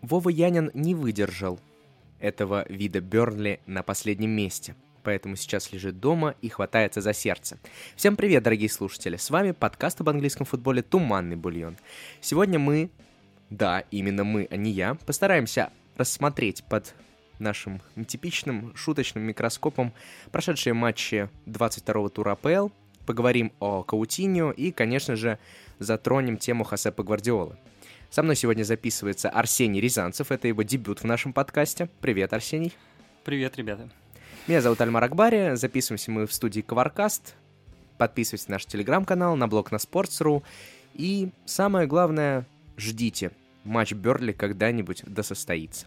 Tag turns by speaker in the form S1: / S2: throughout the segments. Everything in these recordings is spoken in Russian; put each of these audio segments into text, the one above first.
S1: Вова Янин не выдержал этого вида Бёрнли на последнем месте, поэтому сейчас лежит дома и хватается за сердце. Всем привет, дорогие слушатели! С вами подкаст об английском футболе «Туманный бульон». Сегодня мы, да, именно мы, а не я, постараемся рассмотреть под нашим типичным шуточным микроскопом прошедшие матчи 22-го тура АПЛ, поговорим о Каутиньо и, конечно же, затронем тему Хосепа Гвардиолы. Со мной сегодня записывается Арсений Рязанцев, это его дебют в нашем подкасте. Привет, Арсений.
S2: Привет, ребята.
S1: Меня зовут Альмар Акбари, записываемся мы в студии Коваркаст. Подписывайтесь на наш телеграм-канал, на блог на Sports.ru. И самое главное, ждите, матч Бёрнли когда-нибудь состоится.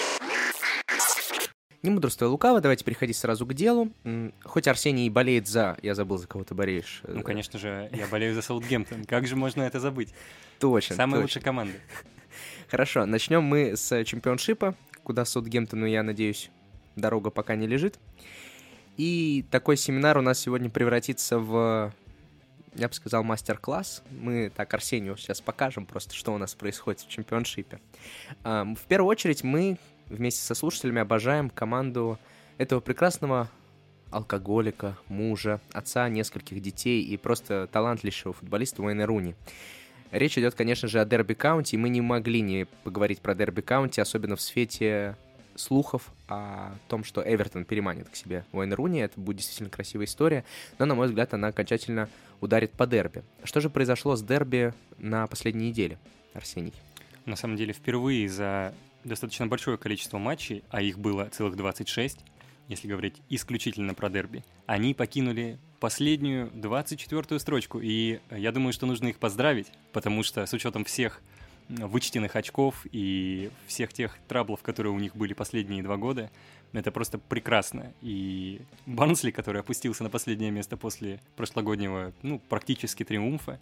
S1: Не мудрствуя лукаво, давайте переходить сразу к делу. Хоть Арсений и болеет за... Я забыл, за кого ты болеешь.
S2: Ну, конечно же, я болею за Саутгемптон. Как же можно это забыть?
S1: Точно.
S2: Самая лучшая команда.
S1: Хорошо, начнем мы с чемпионшипа, куда Саутгемптону, я надеюсь, дорога пока не лежит. И такой семинар у нас сегодня превратится в, я бы сказал, мастер-класс. Мы так Арсению сейчас покажем просто, что у нас происходит в чемпионшипе. В первую очередь мы вместе со слушателями обожаем команду этого прекрасного алкоголика, мужа, отца нескольких детей и просто талантливейшего футболиста Уэйна Руни. Речь идет, конечно же, о Дерби Каунти, и мы не могли не поговорить про Дерби Каунти, особенно в свете слухов о том, что Эвертон переманит к себе Уэйна Руни. Это будет действительно красивая история, но, на мой взгляд, она окончательно ударит по дерби. Что же произошло с дерби на последней неделе, Арсений?
S2: На самом деле, впервые за достаточно большое количество матчей, а их было целых 26, если говорить исключительно про дерби, они покинули последнюю 24-ю строчку, и я думаю, что нужно их поздравить, потому что с учетом всех вычтенных очков и всех тех траблов, которые у них были последние 2 года, это просто прекрасно. И Барнсли, который опустился на последнее место после прошлогоднего, практически триумфа,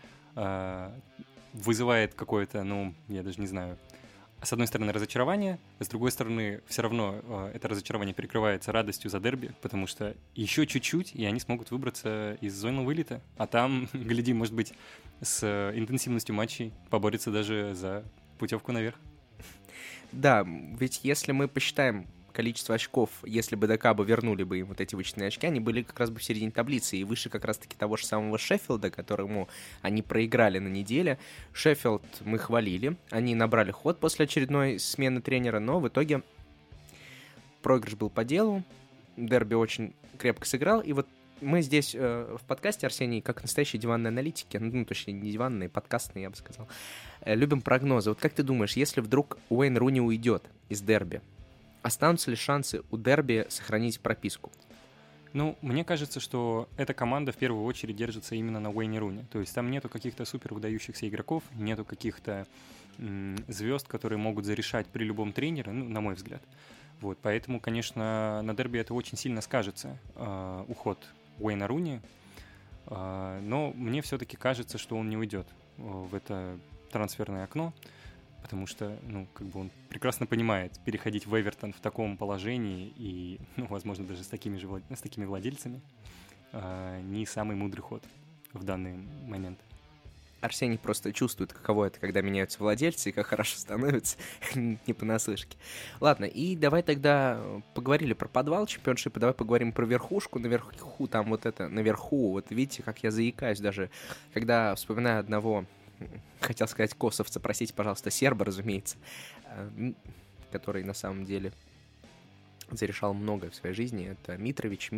S2: вызывает какое-то, я даже не знаю, с одной стороны, разочарование, с другой стороны, все равно это разочарование перекрывается радостью за дерби, потому что еще чуть-чуть, и они смогут выбраться из зоны вылета. А там, гляди, может быть, с интенсивностью матчей поборется даже за путевку наверх.
S1: Да, ведь если мы посчитаем количество очков, если бы Дакабы вернули бы им вот эти вычетные очки, они были как раз бы в середине таблицы и выше как раз-таки того же самого Шеффилда, которому они проиграли на неделе. Шеффилд мы хвалили, они набрали ход после очередной смены тренера, но в итоге проигрыш был по делу, дерби очень крепко сыграл, и вот мы здесь в подкасте, Арсений, как настоящие диванные аналитики, точнее не диванные, подкастные, я бы сказал, любим прогнозы. Вот как ты думаешь, если вдруг Уэйн Руни уйдет из дерби, останутся ли шансы у дерби сохранить прописку?
S2: Мне кажется, что эта команда в первую очередь держится именно на Уэйне Руни. То есть там нету каких-то супер выдающихся игроков, нету каких-то звезд, которые могут зарешать при любом тренере, на мой взгляд. Вот, поэтому, конечно, на дерби это очень сильно скажется, уход Уэйна Руни. Но мне все-таки кажется, что он не уйдет в это трансферное окно, потому что, он прекрасно понимает, переходить в Эвертон в таком положении и, возможно, даже с такими владельцами не самый мудрый ход в данный момент.
S1: Арсений просто чувствует, каково это, когда меняются владельцы, и как хорошо становится, не понаслышке. Ладно, и давай тогда поговорили про подвал чемпионшипа, давай поговорим про верхушку. Наверху, там вот это, наверху, вот видите, как я заикаюсь даже, когда вспоминаю одного... Хотел сказать косовца, простите, пожалуйста, серба, разумеется, который на самом деле зарешал многое в своей жизни. Это Митрович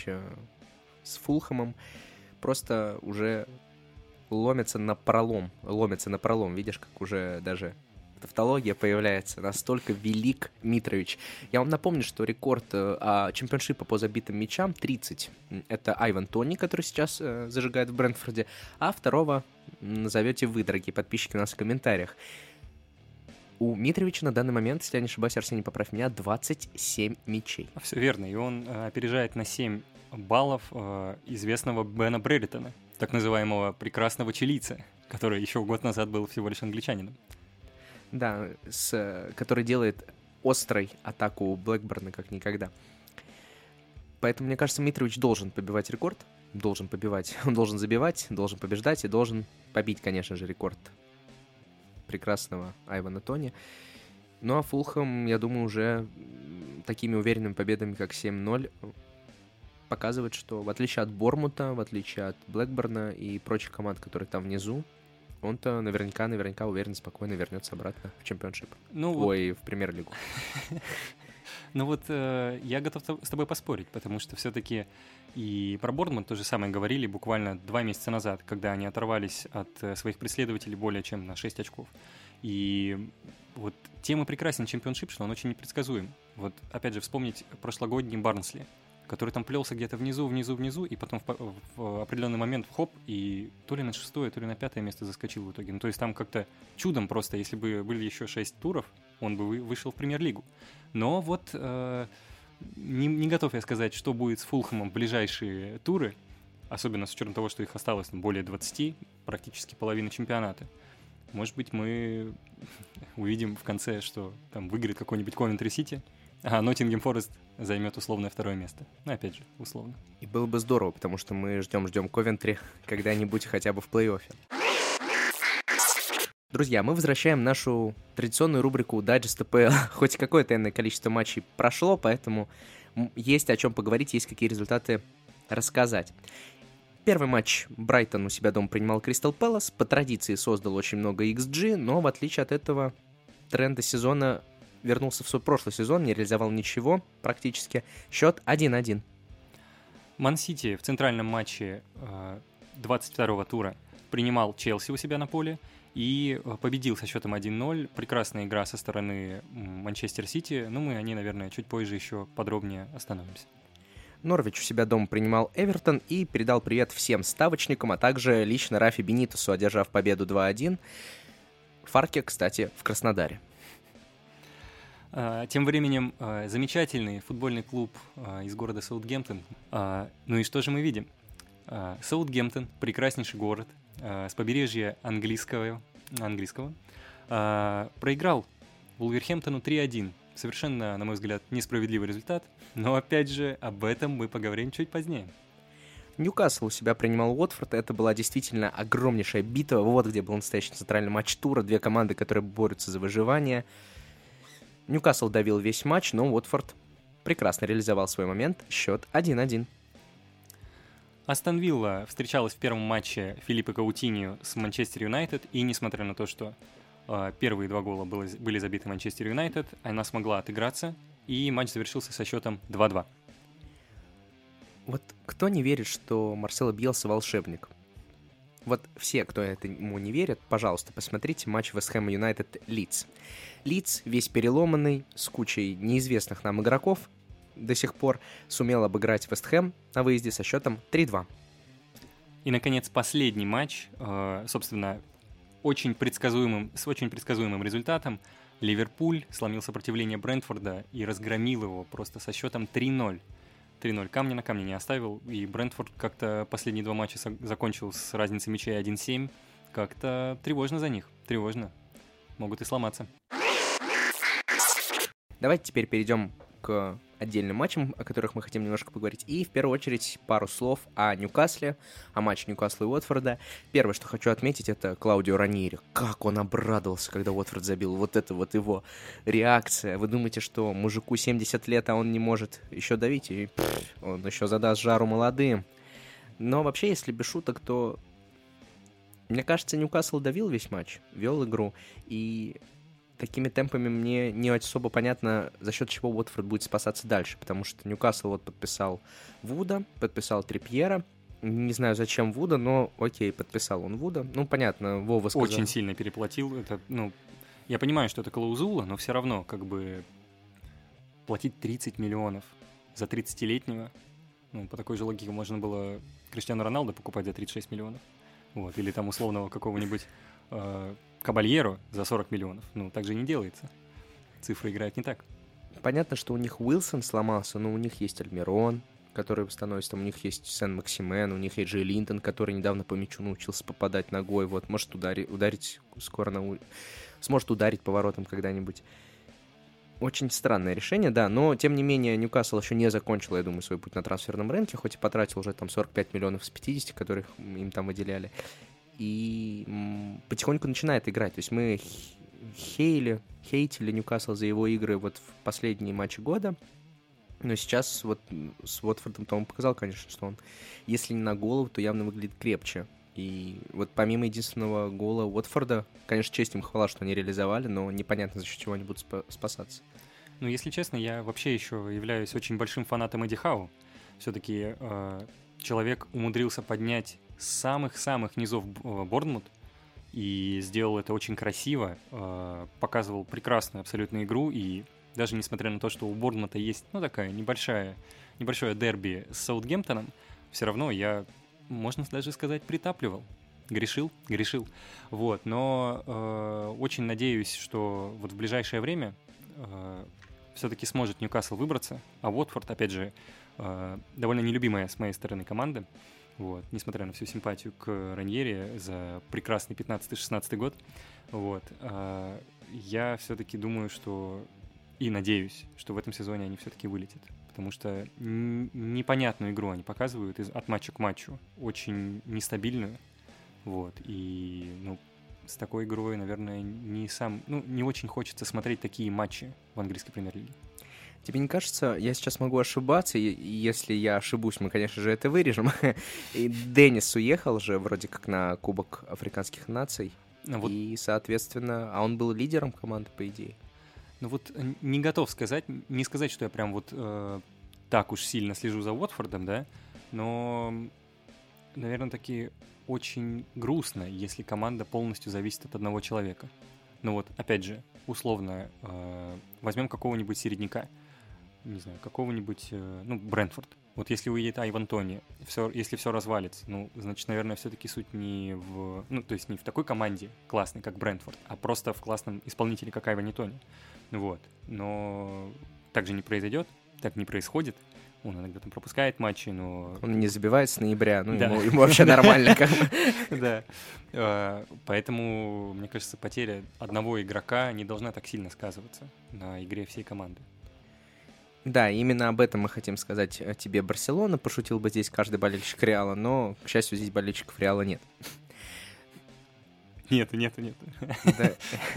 S1: с Фулхэмом просто уже ломится на пролом. Видишь, как уже даже тавтология появляется. Настолько велик Митрович. Я вам напомню, что рекорд чемпионшипа по забитым мячам 30. Это Айван Тони, который сейчас зажигает в Брентфорде, а второго назовете вы, дорогие подписчики, у нас в комментариях. У Митровича на данный момент, если я не ошибаюсь, Арсений, поправь меня, 27 мячей.
S2: Все верно, и он опережает на 7 баллов известного Бена Брэдитона, так называемого прекрасного чилийца, который еще год назад был всего лишь англичанином.
S1: Да, который делает острой атаку Блэкберна как никогда. Поэтому, мне кажется, Митрович должен побивать рекорд. Он должен забивать, должен побеждать и должен побить, конечно же, рекорд прекрасного Айвана Тони. Ну а Фулхэм, я думаю, уже такими уверенными победами, как 7-0, показывает, что в отличие от Бормута, в отличие от Блэкберна и прочих команд, которые там внизу, он-то наверняка уверенно, спокойно вернется обратно в чемпионшип. В премьер-лигу.
S2: Ну вот я готов с тобой поспорить, потому что все-таки и про Борнмут то же самое говорили буквально 2 месяца назад, когда они оторвались от своих преследователей более чем на 6 очков. И вот тем и прекрасен чемпионшип, что он очень непредсказуем. Вот опять же вспомнить прошлогодний Барнсли, который там плелся где-то внизу, и потом в определенный момент хоп, и то ли на 6-е, то ли на 5-е место заскочил в итоге. Ну, то есть там как-то чудом просто, если бы были еще 6 туров, он бы вышел в премьер-лигу. Но вот не готов я сказать, что будет с Фулхэмом в ближайшие туры, особенно с учетом того, что их осталось более 20, практически половина чемпионата. Может быть, мы увидим в конце, что там выиграет какой-нибудь Ковентри Сити, а Ноттингем Форест займет условное 2-е место. Ну, опять же, условно.
S1: И было бы здорово, потому что мы ждем Ковентри когда-нибудь хотя бы в плей-оффе. Друзья, мы возвращаем нашу традиционную рубрику «Дайджест АПЛ». Хоть какое-то энное количество матчей прошло, поэтому есть о чем поговорить, есть какие результаты рассказать. Первый матч Брайтон у себя дома принимал Кристал Пэлас. По традиции создал очень много XG, но в отличие от этого тренда сезона вернулся в свой прошлый сезон, не реализовал ничего практически. Счет 1-1.
S2: Ман-Сити в центральном матче 22-го тура принимал Челси у себя на поле и победил со счетом 1-0. Прекрасная игра со стороны Манчестер Сити. Ну, мы о ней, наверное, чуть позже еще подробнее остановимся.
S1: Норвич у себя дома принимал Эвертон и передал привет всем ставочникам, а также лично Рафи Бенитосу, одержав победу 2-1. Фарке, кстати, в Краснодаре.
S2: Тем временем замечательный футбольный клуб из города Саутгемптон. Ну и что же мы видим? Саутгемптон, прекраснейший город, с побережья английского, проиграл Вулверхэмптону 3-1. Совершенно, на мой взгляд, несправедливый результат, но, опять же, об этом мы поговорим чуть позднее.
S1: Ньюкасл у себя принимал Уотфорд, это была действительно огромнейшая битва, вот где был настоящий центральный матч тура, две команды, которые борются за выживание. Ньюкасл давил весь матч, но Уотфорд прекрасно реализовал свой момент, счет 1-1.
S2: Астон Вилла встречалась в первом матче Филиппо Каутиньо с Манчестер Юнайтед, и несмотря на то, что первые 2 гола были забиты Манчестер Юнайтед, она смогла отыграться, и матч завершился со счетом 2-2.
S1: Вот кто не верит, что Марсело Бьелса волшебник? Вот все, кто ему не верит, пожалуйста, посмотрите матч Вест Хэма Юнайтед Лидс. Лидс, весь переломанный, с кучей неизвестных нам игроков, до сих пор сумел обыграть Вест Хэм на выезде со счетом 3-2.
S2: И, наконец, последний матч, собственно, с очень предсказуемым результатом. Ливерпуль сломил сопротивление Брентфорда и разгромил его просто со счетом 3-0. 3-0. Камня на камне не оставил, и Брентфорд как-то последние 2 матча закончил с разницей мячей 1-7. Как-то тревожно за них. Тревожно. Могут и сломаться.
S1: Давайте теперь перейдем к отдельным матчам, о которых мы хотим немножко поговорить. И в первую очередь пару слов о Ньюкасле, о матче Ньюкасла и Уотфорда. Первое, что хочу отметить, это Клаудио Раньери. Как он обрадовался, когда Уотфорд забил. Вот это вот его реакция. Вы думаете, что мужику 70 лет, а он не может еще давить? И он еще задаст жару молодым. Но вообще, если без шуток, то мне кажется, Ньюкасл давил весь матч, вел игру. И такими темпами мне не особо понятно, за счет чего Уотфорд будет спасаться дальше, потому что Ньюкасл вот подписал Вуда, подписал Трипьера, не знаю, зачем Вуда, но окей, подписал он Вуда, ну, понятно, Вова сказал.
S2: Очень сильно переплатил, это, я понимаю, что это клаузула, но все равно, как бы, платить 30 миллионов за 30-летнего, по такой же логике можно было Криштиану Роналду покупать за 36 миллионов, вот, или там условного какого-нибудь Кабальеро за 40 миллионов. Так же не делается. Цифры играют не так.
S1: Понятно, что у них Уилсон сломался, но у них есть Альмирон, который становится, там у них есть Сен-Максимен, у них есть Джей Линтон, который недавно по мячу научился попадать ногой, вот, может ударить скоро сможет ударить поворотом когда-нибудь. Очень странное решение, да, но, тем не менее, Ньюкасл еще не закончил, я думаю, свой путь на трансферном рынке, хоть и потратил уже там 45 миллионов с 50, которых им там выделяли. И потихоньку начинает играть. То есть мы хейтили Ньюкасл за его игры вот в последние матчи года. Но сейчас вот с Уотфордом-то он показал, конечно, что он, если не на голову, то явно выглядит крепче. И вот помимо единственного гола Уотфорда, конечно, честь им хвала, что они реализовали, но непонятно, за счет чего они будут спасаться.
S2: Ну, если честно, я вообще еще являюсь очень большим фанатом Эдди Хау. Все-таки человек умудрился поднять с самых-самых низов Борнмут и сделал это очень красиво, показывал прекрасную абсолютно игру, и даже несмотря на то, что у Борнмута есть, ну, такая небольшое дерби с Саутгемптоном, все равно я, можно даже сказать, притапливал. Грешил. Вот, но очень надеюсь, что вот в ближайшее время все-таки сможет Ньюкасл выбраться, а Уотфорд, опять же, довольно нелюбимая с моей стороны команда, вот, несмотря на всю симпатию к Раньери за прекрасный 15-16 год, вот, я все-таки думаю, что и надеюсь, что в этом сезоне они все-таки вылетят, потому что непонятную игру они показывают от матча к матчу, очень нестабильную, вот, и, ну, с такой игрой, наверное, не очень хочется смотреть такие матчи в английской премьер-лиге.
S1: Тебе не кажется, я сейчас могу ошибаться, и если я ошибусь, мы, конечно же, это вырежем. И Деннис уехал же вроде как на Кубок Африканских наций, вот. И, соответственно, а он был лидером команды, по идее.
S2: Ну вот не готов сказать, не сказать, что я прям вот так уж сильно слежу за Уотфордом, да, но, наверное, таки очень грустно, если команда полностью зависит от одного человека. Ну вот, опять же, условно, возьмем какого-нибудь середняка, не знаю, какого-нибудь, Брентфорд. Вот если уедет Айван Тони, если все развалится, ну, значит, наверное, все-таки суть не в... Ну, то есть не в такой команде классной, как Брентфорд, а просто в классном исполнителе, как Айван Тони. Вот. Но так же не произойдет, так не происходит. Он иногда там пропускает матчи, но...
S1: Он не забивает с ноября, ну, да. ему вообще нормально.
S2: Да. Поэтому, мне кажется, потеря одного игрока не должна так сильно сказываться на игре всей команды.
S1: Да, именно об этом мы хотим сказать тебе, Барселона. Пошутил бы здесь каждый болельщик Реала, но, к счастью, здесь болельщиков Реала нет.
S2: Нету.
S1: Да.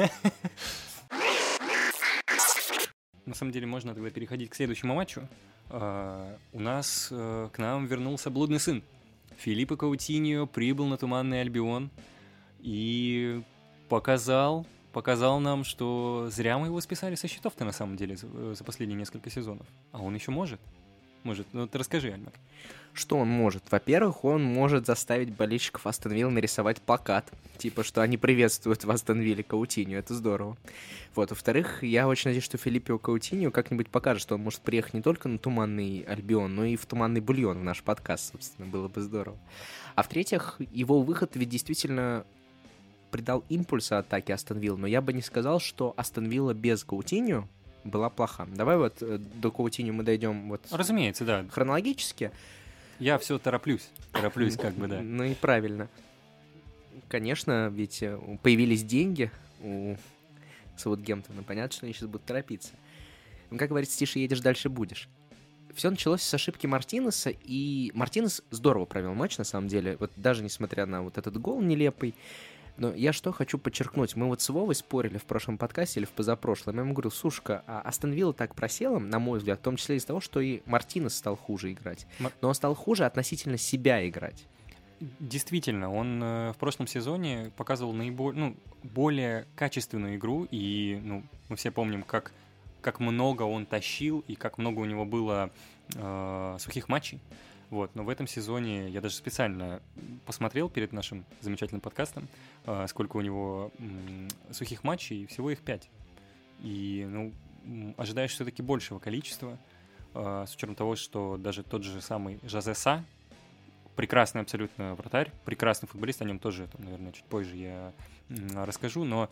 S2: На самом деле, можно тогда переходить к следующему матчу. У нас к нам вернулся блудный сын. Филиппо Каутиньо прибыл на Туманный Альбион и показал нам, что зря мы его списали со счетов-то на самом деле за последние несколько сезонов. А он еще может. Ну, ты расскажи, Альмар.
S1: Что он может? Во-первых, он может заставить болельщиков Астон Виллы нарисовать плакат, типа, что они приветствуют в Астон Вилле Каутиньо, это здорово. Вот, во-вторых, я очень надеюсь, что Филиппо Каутиньо как-нибудь покажет, что он может приехать не только на Туманный Альбион, но и в Туманный Бульон, в наш подкаст, собственно, было бы здорово. А в-третьих, его выход ведь действительно придал импульса атаке Астон Виллы, но я бы не сказал, что Астон Вилла без Каутиньо была плоха. Давай вот до Каутиньо мы дойдем вот...
S2: Разумеется, да.
S1: Хронологически.
S2: Я все тороплюсь, как бы, да.
S1: Ну и правильно. Конечно, ведь появились деньги у Саутгемптона. Понятно, что они сейчас будут торопиться. Но, как говорится, тише едешь, дальше будешь. Все началось с ошибки Мартинеса, и Мартинес здорово провел матч, на самом деле. Вот даже несмотря на вот этот гол нелепый. Но я что хочу подчеркнуть. Мы вот с Вовой спорили в прошлом подкасте или в позапрошлом. Я ему говорил, слушай-ка, а Астон Вилла так просела, на мой взгляд, в том числе из-за того, что и Мартинес стал хуже играть. Но он стал хуже относительно себя играть.
S2: Действительно, он в прошлом сезоне показывал более качественную игру, и мы все помним, как много он тащил и как много у него было сухих матчей. Вот, но в этом сезоне я даже специально посмотрел перед нашим замечательным подкастом, сколько у него сухих матчей, всего их 5. И, ожидаешь все-таки большего количества, с учетом того, что даже тот же самый Жозе Са, прекрасный абсолютно вратарь, прекрасный футболист, о нем тоже, наверное, чуть позже я расскажу, но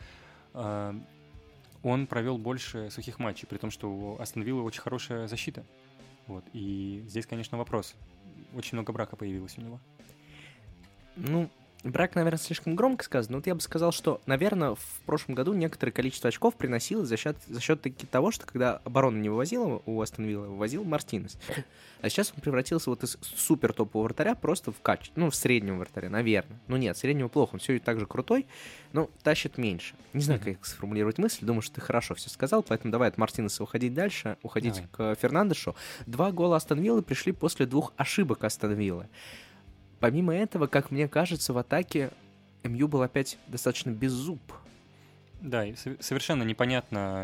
S2: он провел больше сухих матчей, при том, что у Астон Виллы очень хорошая защита. Вот, и здесь, конечно, вопрос. Очень много брака появилось у него.
S1: Брак, наверное, слишком громко сказано, но вот я бы сказал, что, наверное, в прошлом году некоторое количество очков приносило за счет того, что когда оборона не вывозила у Астон Виллы, вывозил Мартинес. А сейчас он превратился вот из супер топового вратаря просто в среднего вратаря, наверное. Ну нет, среднего плохо, он все так же крутой, но тащит меньше. Не знаю, как сформулировать мысль, думаю, что ты хорошо все сказал, поэтому давай от Мартинеса уходить дальше, уходить к Фернандешу. 2 гола Астон Виллы пришли после 2 ошибок Астон Виллы. Помимо этого, как мне кажется, в атаке МЮ был опять достаточно беззуб.
S2: Да, и совершенно непонятно,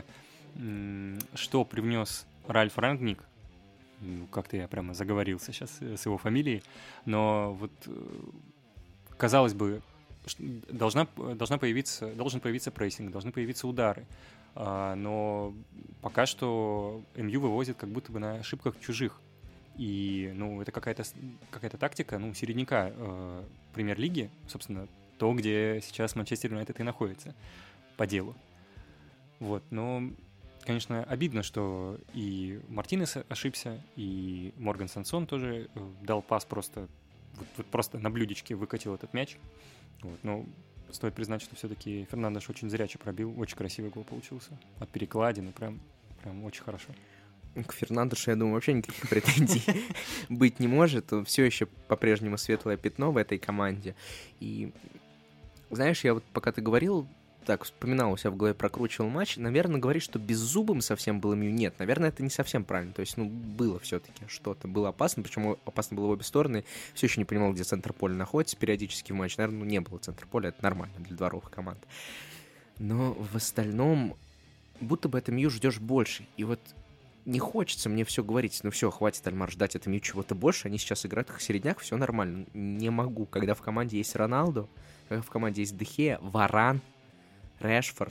S2: что привнес Ральф Рангник. Как-то я прямо заговорился сейчас с его фамилией. Но вот, казалось бы, должен появиться прессинг, должны появиться удары. Но пока что МЮ вывозит как будто бы на ошибках чужих. И, это какая-то тактика, середняка премьер-лиги, собственно, то, где сейчас Манчестер Юнайтед и находится по делу. Вот, но, конечно, обидно, что и Мартинес ошибся, и Морган Сансон тоже дал пас просто на блюдечке выкатил этот мяч. Вот, но стоит признать, что все-таки Фернандеш очень зряче пробил, очень красивый гол получился. От перекладины, прям очень хорошо.
S1: К Фернандешу, я думаю, вообще никаких претензий быть не может. Он все еще по-прежнему светлое пятно в этой команде. И, знаешь, я вот пока ты говорил, так, вспоминал у себя в голове, прокручивал матч, наверное, говорить, что беззубым совсем был МЮ, нет. Наверное, это не совсем правильно. То есть, было все-таки что-то. Было опасно, причем опасно было в обе стороны. Все еще не понимал, где центр поля находится периодически в матче. Наверное, не было центра поля, это нормально для дворовых команд. Но в остальном, будто бы это МЮ ждешь больше. И вот не хочется мне все говорить, все, хватит, Альмар, ждать от МЮ чего-то больше, они сейчас играют как середняк, все нормально. Не могу, когда в команде есть Роналду, когда в команде есть Де Геа, Варан, Решфорд.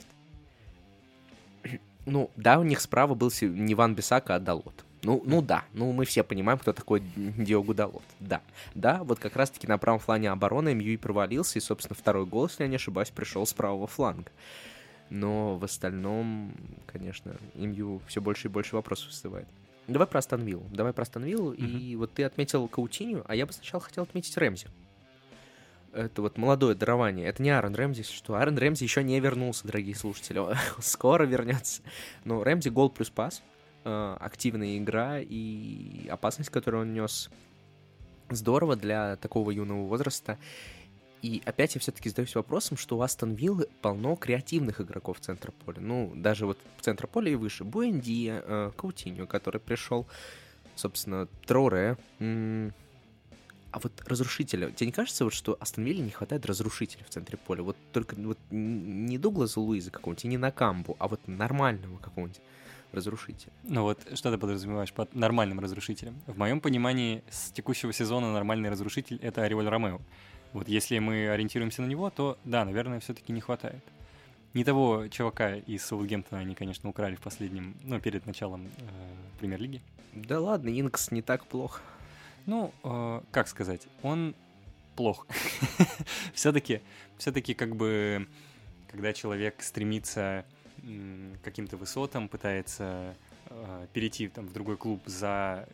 S1: Да, у них справа был не Ван Бисака, а Далот. Да, мы все понимаем, кто такой Диогу Далот. Да, вот как раз-таки на правом фланге обороны МЮ и провалился, и, собственно, второй гол, если я не ошибаюсь, пришел с правого фланга. Но в остальном, конечно, МЮ все больше и больше вопросов вызывает. Давай про Астон Виллу. И вот ты отметил Каутинью, а я бы сначала хотел отметить Рэмзи. Это вот молодое дарование. Это не Аарон Рэмзи, что Аарон Рэмзи еще не вернулся, дорогие слушатели. Скоро вернется. Но Рэмзи гол плюс пас, активная игра и опасность, которую он нес, здорово для такого юного возраста. И опять я все-таки задаюсь вопросом, что у Астон Виллы полно креативных игроков в центре поля. Даже вот в центре поля и выше. Буэндия, Каутиньо, который пришел, собственно, Троуре. А вот разрушителя. Тебе не кажется, что Астон Вилле не хватает разрушителя в центре поля? Вот только не Дугласа Луиза какого-нибудь, и не Накамбу, а вот нормального какого-нибудь разрушителя.
S2: Что ты подразумеваешь под нормальным разрушителем? В моем понимании, с текущего сезона нормальный разрушитель — это Ариоль Ромео. Вот если мы ориентируемся на него, то, да, наверное, все-таки не хватает. Не того чувака из Саутгемптона они, конечно, украли в последнем, перед началом премьер-лиги.
S1: Да ладно, Инкс не так плохо.
S2: Как сказать, он плох. Все-таки, как бы, когда человек стремится к каким-то высотам, пытается перейти в другой клуб за...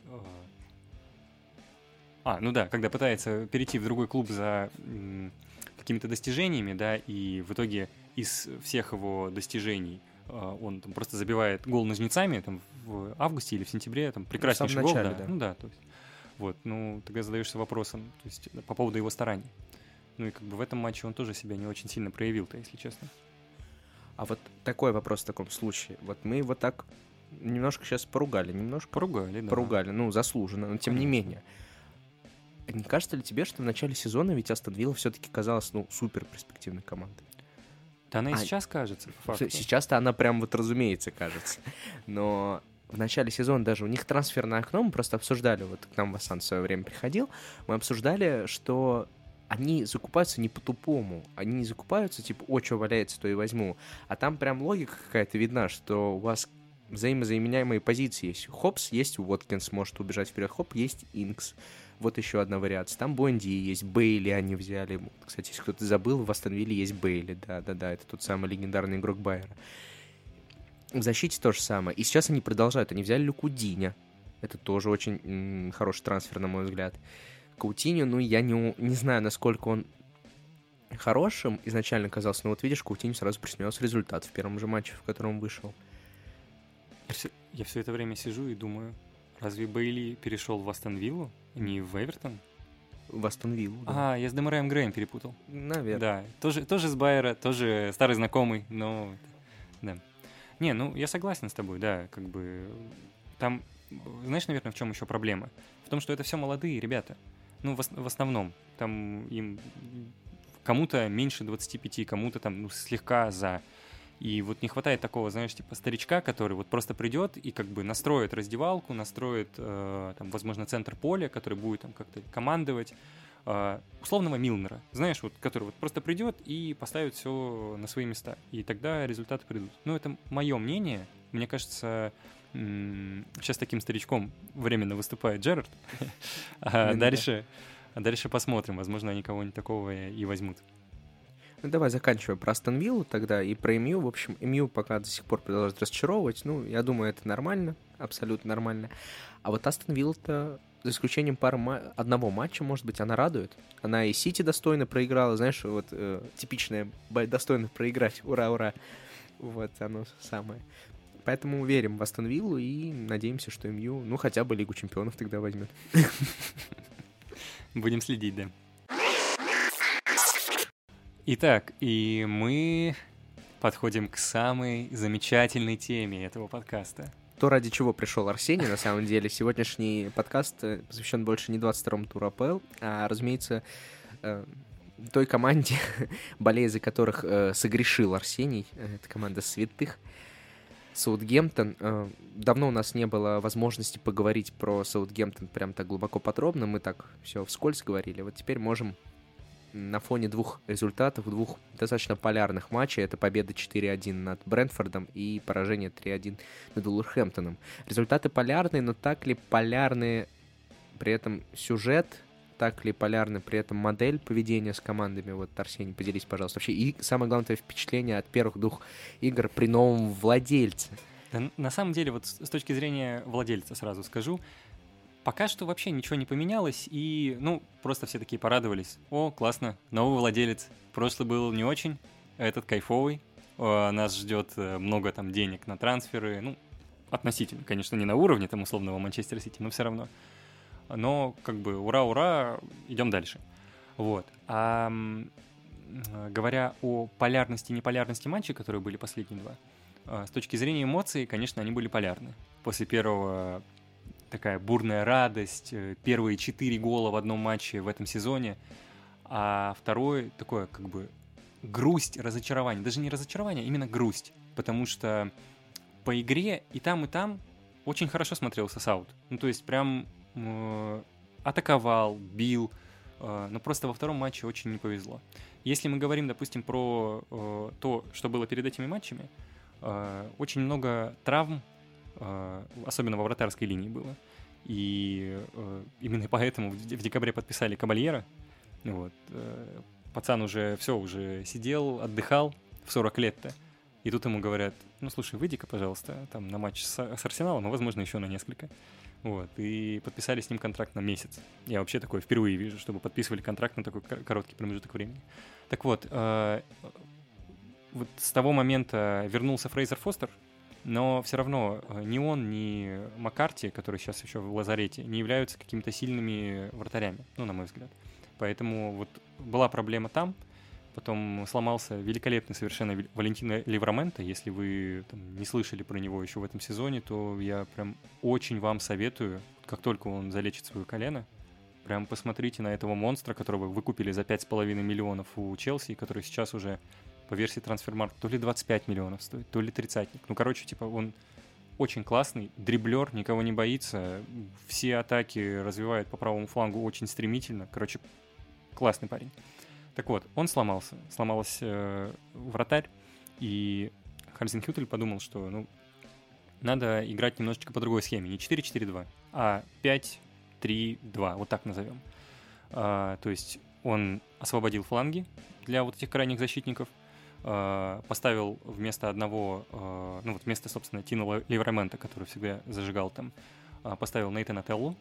S2: когда пытается перейти в другой клуб за какими-то достижениями, да, и в итоге из всех его достижений он просто забивает гол ножницами в августе или в сентябре, прекраснейший гол,
S1: начале,
S2: да. То есть, тогда задаешься вопросом, то есть по поводу его стараний. И как бы в этом матче он тоже себя не очень сильно проявил-то, если честно.
S1: А вот такой вопрос в таком случае. Вот мы его так немножко сейчас поругали. Поругали, заслуженно, но тем не менее. Не кажется ли тебе, что в начале сезона ведь Астон Вилла все-таки казалась, супер перспективной командой?
S2: Да она и сейчас кажется, по факту.
S1: Сейчас-то она прям разумеется, кажется. Но в начале сезона даже у них трансферное окно, мы просто обсуждали, вот к нам Васан в свое время приходил, мы обсуждали, что они закупаются не по-тупому, они не закупаются, что валяется, то и возьму, а там прям логика какая-то видна, что у вас взаимозаменяемые позиции есть. Хопс есть, Уоткинс может убежать вперед, есть Инкс. Вот еще одна вариация. Там Буэнди есть, Бейли они взяли. Кстати, если кто-то забыл, в Астон Вилле есть Бейли. Да, это тот самый легендарный игрок Байера. В защите то же самое. И сейчас они продолжают. Они взяли Люку Диня. Это тоже очень хороший трансфер, на мой взгляд. Каутиньо, я не знаю, насколько он хорошим изначально казался, но вот видишь, Каутиньо сразу принес результат в первом же матче, в котором вышел.
S2: Я все это время сижу и думаю, разве Бейли перешел в Астон Виллу, не в Эвертон?
S1: В Астон Виллу, да.
S2: Я с Демараем Грэем перепутал.
S1: Наверное.
S2: Да, тоже с Байера, тоже старый знакомый, но... Да. Не, ну, я согласен с тобой, да, как бы... Там, знаешь, наверное, в чем еще проблема? В том, что это все молодые ребята. Ну, в основном. Там им кому-то меньше 25, кому-то там, ну, слегка за... И вот не хватает такого, знаешь, типа старичка, который вот просто придет и как бы настроит раздевалку, настроит, там, возможно, центр поля, который будет там как-то командовать. Условного Милнера, знаешь, вот, который вот просто придет и поставит все на свои места. И тогда результаты придут. Ну, это мое мнение. Мне кажется, сейчас таким старичком временно выступает Джерард. А дальше посмотрим. Возможно, они кого-нибудь такого и возьмут.
S1: Ну, давай заканчиваем про Астон Виллу тогда и про МЮ. В общем, МЮ пока до сих пор продолжает разочаровывать. Ну, я думаю, это нормально, абсолютно нормально. А вот Астон Вилла-то, за исключением одного матча, может быть, она радует. Она и Сити достойно проиграла, знаешь, вот типичное достойно проиграть. Ура, ура. Вот оно самое. Поэтому верим в Астон Виллу и надеемся, что МЮ, ну, хотя бы Лигу Чемпионов тогда возьмет.
S2: Будем следить, да. Итак, и мы подходим к самой замечательной теме этого подкаста.
S1: То, ради чего пришел Арсений, на самом деле. Сегодняшний подкаст посвящен больше не 22-му туру АПЛ, а, разумеется, той команде, болея за которых согрешил Арсений. Это команда святых. Саутгемптон. Давно у нас не было возможности поговорить про Саутгемптон прям так глубоко подробно. Мы так все вскользь говорили. Вот теперь можем на фоне двух результатов, двух достаточно полярных матчей, это победа 4-1 над Брентфордом и поражение 3-1 над Вулверхэмптоном. Результаты полярные, но так ли полярны при этом сюжет, так ли полярны при этом модель поведения с командами? Вот, Арсений, поделись, пожалуйста. Вообще, и самое главное впечатление от первых двух игр при новом владельце.
S2: Да, на самом деле, вот с точки зрения владельца сразу скажу, пока что вообще ничего не поменялось, и, ну, просто все такие порадовались. О, классно, новый владелец. Прошлый был не очень, а этот кайфовый. Нас ждет много там денег на трансферы. Ну, относительно, конечно, не на уровне там условного Манчестер Сити, но все равно. Но, как бы, ура-ура, идем дальше. Вот. А говоря о полярности и неполярности матчей, которые были последние два, с точки зрения эмоций, конечно, они были полярны. После первого такая бурная радость, первые 4 гола в одном матче в этом сезоне, а второй такое как бы грусть, разочарование. Даже не разочарование, а именно грусть, потому что по игре и там очень хорошо смотрелся Саут. Ну, то есть прям атаковал, бил, но просто во втором матче очень не повезло. Если мы говорим, допустим, про то, что было перед этими матчами, очень много травм, особенно во вратарской линии было. И именно поэтому в декабре подписали Кабальера. Вот. Пацан уже сидел, отдыхал в 40 лет-то. И тут ему говорят, ну, слушай, выйди-ка, пожалуйста, там на матч с Арсеналом, но, возможно, еще на несколько. Вот. И подписали с ним контракт на месяц. Я вообще такое впервые вижу, чтобы подписывали контракт на такой короткий промежуток времени. Так вот, вот с того момента вернулся Фрейзер Фостер, но все равно ни он, ни Маккарти, который сейчас еще в лазарете, не являются какими-то сильными вратарями, ну, на мой взгляд. Поэтому вот была проблема там, потом сломался великолепный совершенно Валентино Ливраменто. Если вы там не слышали про него еще в этом сезоне, то я прям очень вам советую, как только он залечит свое колено, прям посмотрите на этого монстра, которого вы купили за 5,5 миллионов у Челси, который сейчас уже по версии Трансфермаркт то ли 25 миллионов стоит, то ли 30-ник. Ну, короче, типа он очень классный, дриблер, никого не боится, все атаки развивает по правому флангу очень стремительно. Короче, классный парень. Так вот, он сломался. Сломался вратарь, и Хальзенхютель подумал, что, ну, надо играть немножечко по другой схеме. Не 4-4-2, а 5-3-2, вот так назовем. То есть он освободил фланги для вот этих крайних защитников, поставил вместо одного, вместо, собственно, Тино Ливрамента, который всегда зажигал там, поставил Нейтана Теллу,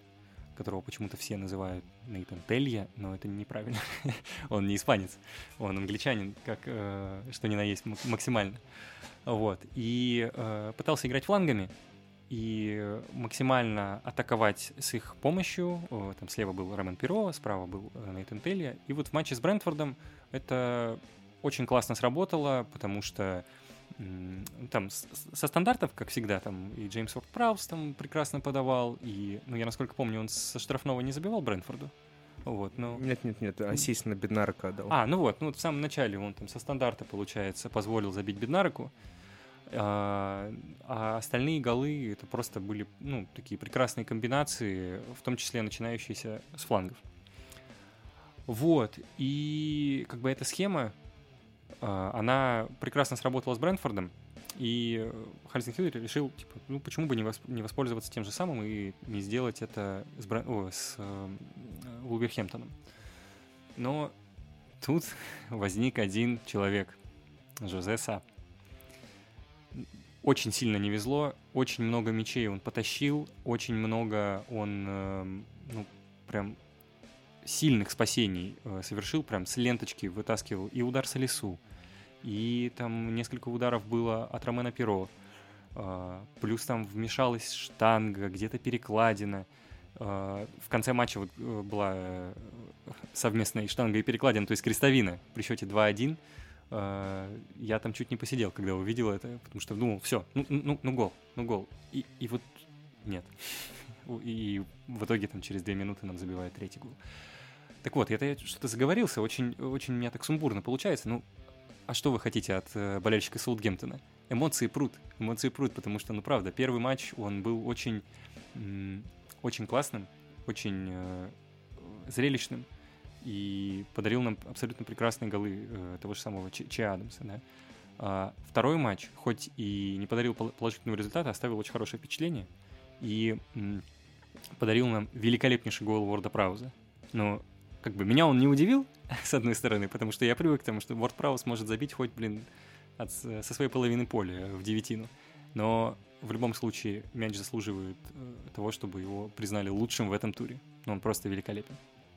S2: которого почему-то все называют Нейтан Телья, но это неправильно. Он не испанец, он англичанин, как что ни на есть максимально. Вот. И пытался играть флангами и максимально атаковать с их помощью. Там слева был Ромен Пиро, справа был Нейтан Телья. И вот в матче с Брентфордом это очень классно сработало, потому что там со стандартов, как всегда, там и Джеймс Уорд-Праус там прекрасно подавал, и, я насколько помню, он со штрафного не забивал Брентфорду. Вот, но...
S1: Нет, ассист на Беднарока отдал.
S2: В самом начале он там со стандарта, получается, позволил забить Беднароку, а остальные голы это просто были, такие прекрасные комбинации, в том числе начинающиеся с флангов. Вот, и как бы эта схема, она прекрасно сработала с Брентфордом, и Хальзенхюттель решил, почему бы не воспользоваться тем же самым и не сделать это с Вулверхэмптоном. Но тут возник один человек, Жозе Са. Очень сильно не везло, очень много мячей он потащил, очень много он, прям сильных спасений совершил, прям с ленточки вытаскивал и удар с Алису, и там несколько ударов было от Ромена Пиро, плюс там вмешалась штанга, где-то перекладина. В конце матча была совместная штанга и перекладина, то есть крестовина при счете 2-1. Я там чуть не посидел, когда увидел это, потому что думал, все, гол. И вот нет. И в итоге там через 2 минуты нам забивает 3-й гол. Так вот, я что-то заговорился, очень, очень у меня так сумбурно получается. А что вы хотите от болельщика Саутгемптона? Эмоции прут, потому что, правда, первый матч, он был очень, очень классным, очень зрелищным и подарил нам абсолютно прекрасные голы того же самого Че Адамса, да? А второй матч, хоть и не подарил положительного результата, оставил очень хорошее впечатление и подарил нам великолепнейший гол Уорда-Прауза. Но как бы меня он не удивил, с одной стороны, потому что я привык к тому, что Уорд-Праус может забить хоть, со своей половины поля в девятину. Но в любом случае мяч заслуживает того, чтобы его признали лучшим в этом туре. Он просто великолепен.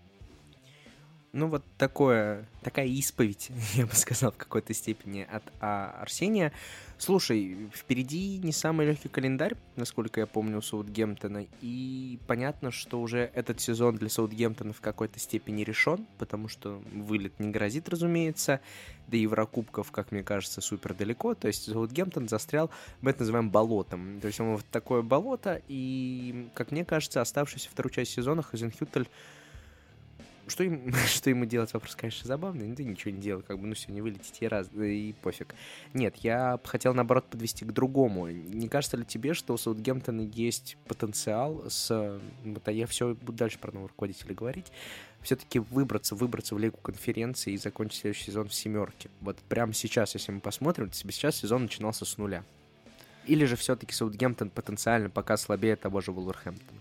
S1: Вот такая исповедь, я бы сказал, в какой-то степени от Арсения. Слушай, впереди не самый легкий календарь, насколько я помню, у Саутгемптона, и понятно, что уже этот сезон для Саутгемптона в какой-то степени решен, потому что вылет не грозит, разумеется, до Еврокубков, как мне кажется, супер далеко, то есть Саутгемптон застрял, мы это называем болотом, то есть он вот такое болото, и, как мне кажется, оставшуюся вторую часть сезона Хальзенхюттель, что ему делать, вопрос, конечно, забавный, но ты ничего не делал, сегодня вылететь и пофиг. Нет, я хотел, наоборот, подвести к другому. Не кажется ли тебе, что у Саутгемптона есть потенциал я все буду дальше про нового руководителя говорить, все-таки выбраться в Лигу конференции и закончить следующий сезон в семерке? Вот прямо сейчас, если мы посмотрим, то сейчас сезон начинался с нуля. Или же все-таки Саутгемптон потенциально пока слабее того же Вулверхэмптона?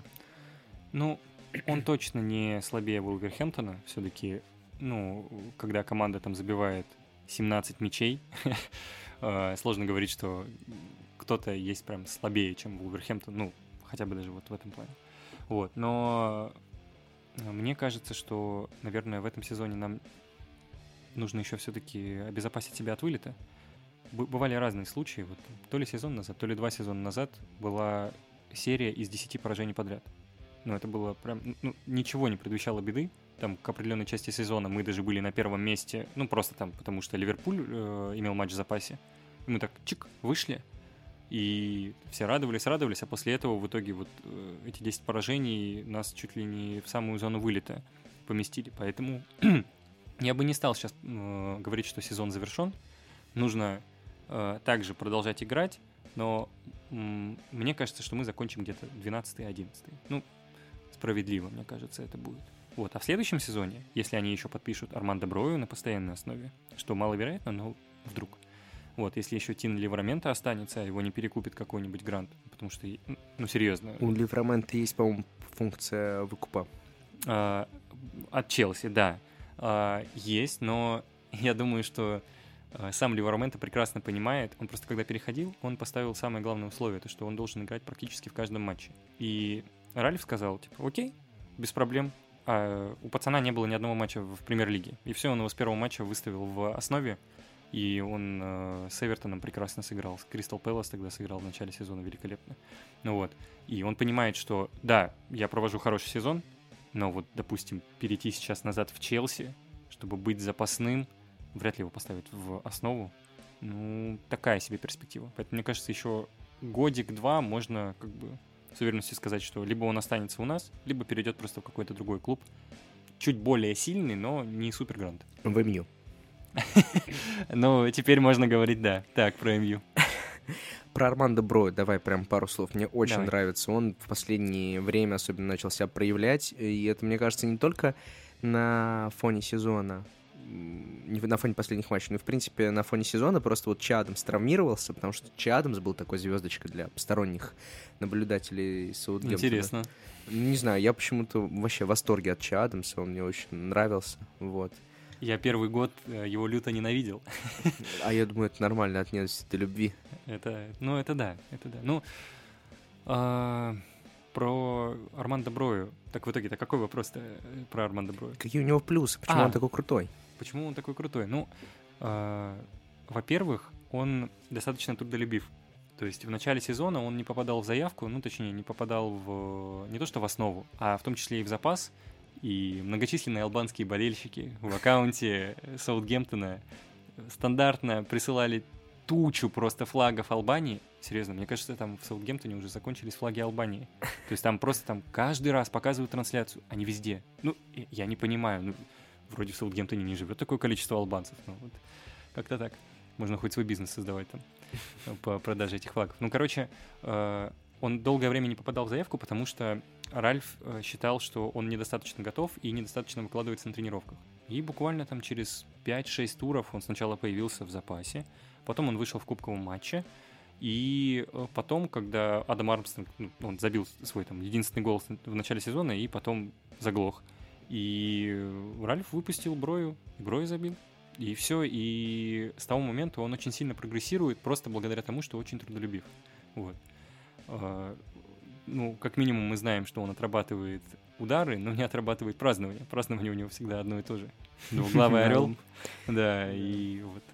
S2: Он точно не слабее Вулверхэмптона. Все-таки, когда команда там забивает 17 мячей, сложно говорить, что кто-то есть прям слабее, чем Вулверхэмптон. Хотя бы даже вот в этом плане. Вот. Но мне кажется, что, наверное, в этом сезоне нам нужно еще все-таки обезопасить себя от вылета. Бывали разные случаи. Вот, то ли сезон назад, то ли 2 сезона назад была серия из 10 поражений подряд. Это было прям... ничего не предвещало беды. Там к определенной части сезона мы даже были на первом месте. Просто там, потому что Ливерпуль имел матч в запасе. И мы так, вышли. И все радовались, а после этого в итоге вот эти 10 поражений нас чуть ли не в самую зону вылета поместили. Поэтому я бы не стал сейчас говорить, что сезон завершен. Нужно также продолжать играть. Но мне кажется, что мы закончим где-то 12-11. Справедливо, мне кажется, это будет. Вот. А в следующем сезоне, если они еще подпишут Армандо Брою на постоянной основе, что маловероятно, но вдруг. Вот, если еще Тин Ливрамента останется, а его не перекупит какой-нибудь грант, потому что, серьезно.
S1: У Ливрамента есть, по-моему, функция выкупа.
S2: От Челси, да. Есть, но я думаю, что сам Ливрамента прекрасно понимает. Он просто, когда переходил, он поставил самое главное условие, то, что он должен играть практически в каждом матче. И Ральф сказал, окей, без проблем. А у пацана не было ни одного матча в премьер-лиге. И все, он его с первого матча выставил в основе. И он с Эвертоном прекрасно сыграл. С Кристал Пэлас тогда сыграл в начале сезона великолепно. Ну вот. И он понимает, что да, я провожу хороший сезон, но вот, допустим, перейти сейчас назад в Челси, чтобы быть запасным, вряд ли его поставят в основу. Ну, такая себе перспектива. Поэтому, мне кажется, еще годик-два можно как бы с уверенностью сказать, что либо он останется у нас, либо перейдет просто в какой-то другой клуб. Чуть более сильный, но не супергрант.
S1: В МЮ.
S2: Ну, теперь можно говорить, да. Так, про МЮ.
S1: Про Армандо Броя давай прям пару слов. Мне очень нравится. Он в последнее время особенно начал себя проявлять. И это, мне кажется, не только на фоне сезона, не на фоне последних матчей, но, в принципе, на фоне сезона просто вот Че Адамс травмировался, потому что Че Адамс был такой звездочкой для посторонних наблюдателей Саутгемптона.
S2: Интересно.
S1: Не знаю, я почему-то вообще в восторге от Че Адамса, он мне очень нравился, вот.
S2: Я первый год его люто ненавидел.
S1: А я думаю, это нормально, от ненависти до любви.
S2: Это да. Ну, про Армандо Брою. Так в итоге-то какой вопрос-то про Армандо Брою?
S1: Какие у него плюсы? Почему он такой крутой?
S2: Почему он такой крутой? Ну, во-первых, он достаточно трудолюбив. То есть в начале сезона он не попадал в заявку, ну, точнее, не попадал в не то что в основу, а в том числе и в запас. И многочисленные албанские болельщики в аккаунте Саутгемптона стандартно присылали тучу просто флагов Албании. Серьезно, мне кажется, там в Саутгемптоне уже закончились флаги Албании. То есть там просто там каждый раз показывают трансляцию, они везде. Ну, я не понимаю, ну, вроде в Саутгемптоне не живет такое количество албанцев. Ну, вот как-то так. Можно хоть свой бизнес создавать там по продаже этих флагов. Ну, короче, он долгое время не попадал в заявку, потому что Ральф считал, что он недостаточно готов и недостаточно выкладывается на тренировках. И буквально там через 5-6 туров он сначала появился в запасе, потом он вышел в кубковом матче, и потом, когда Адам Армстронг, он забил свой там единственный гол в начале сезона, и потом заглох. И Ральф выпустил Брою, и Брой забил. И все, и с того момента он очень сильно прогрессирует, просто благодаря тому, что очень трудолюбив. Вот. Ну, как минимум мы знаем, что он отрабатывает удары, но не отрабатывает празднование. Празднование у него всегда одно и то же. Двуглавый орел. Да, и вот.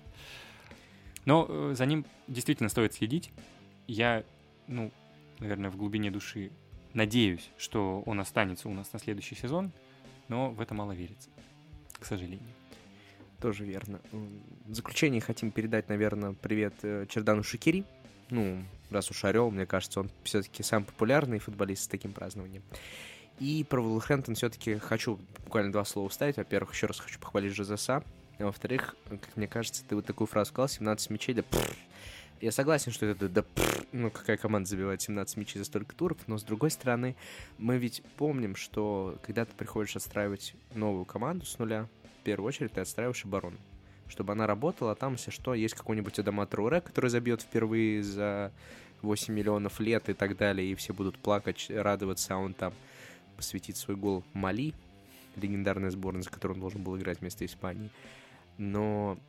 S2: Но за ним действительно стоит следить. Я, ну, наверное, в глубине души надеюсь, что он останется у нас на следующий сезон, но в это мало верится, к сожалению.
S1: Тоже верно. В заключение хотим передать, наверное, привет Чердану Шакири. Ну, раз уж орел, мне кажется, он все-таки самый популярный футболист с таким празднованием. И про Вулверхэмптон все-таки хочу буквально 2 слова вставить. Во-первых, еще раз хочу похвалить Жозеса. А во-вторых, как мне кажется, ты вот такую фразу сказал, 17 мячей, да пфф. Я согласен, что это да пфф. Ну, какая команда забивает 17 мячей за столько туров, но с другой стороны, мы ведь помним, что когда ты приходишь отстраивать новую команду с нуля, в первую очередь ты отстраиваешь оборону. Чтобы она работала, там, если что, есть какой-нибудь Адама Трауре, который забьет впервые за 8 миллионов лет и так далее, и все будут плакать, радоваться, а он там посвятит свой гол Мали, легендарная сборная, за которую он должен был играть вместо Испании. Но...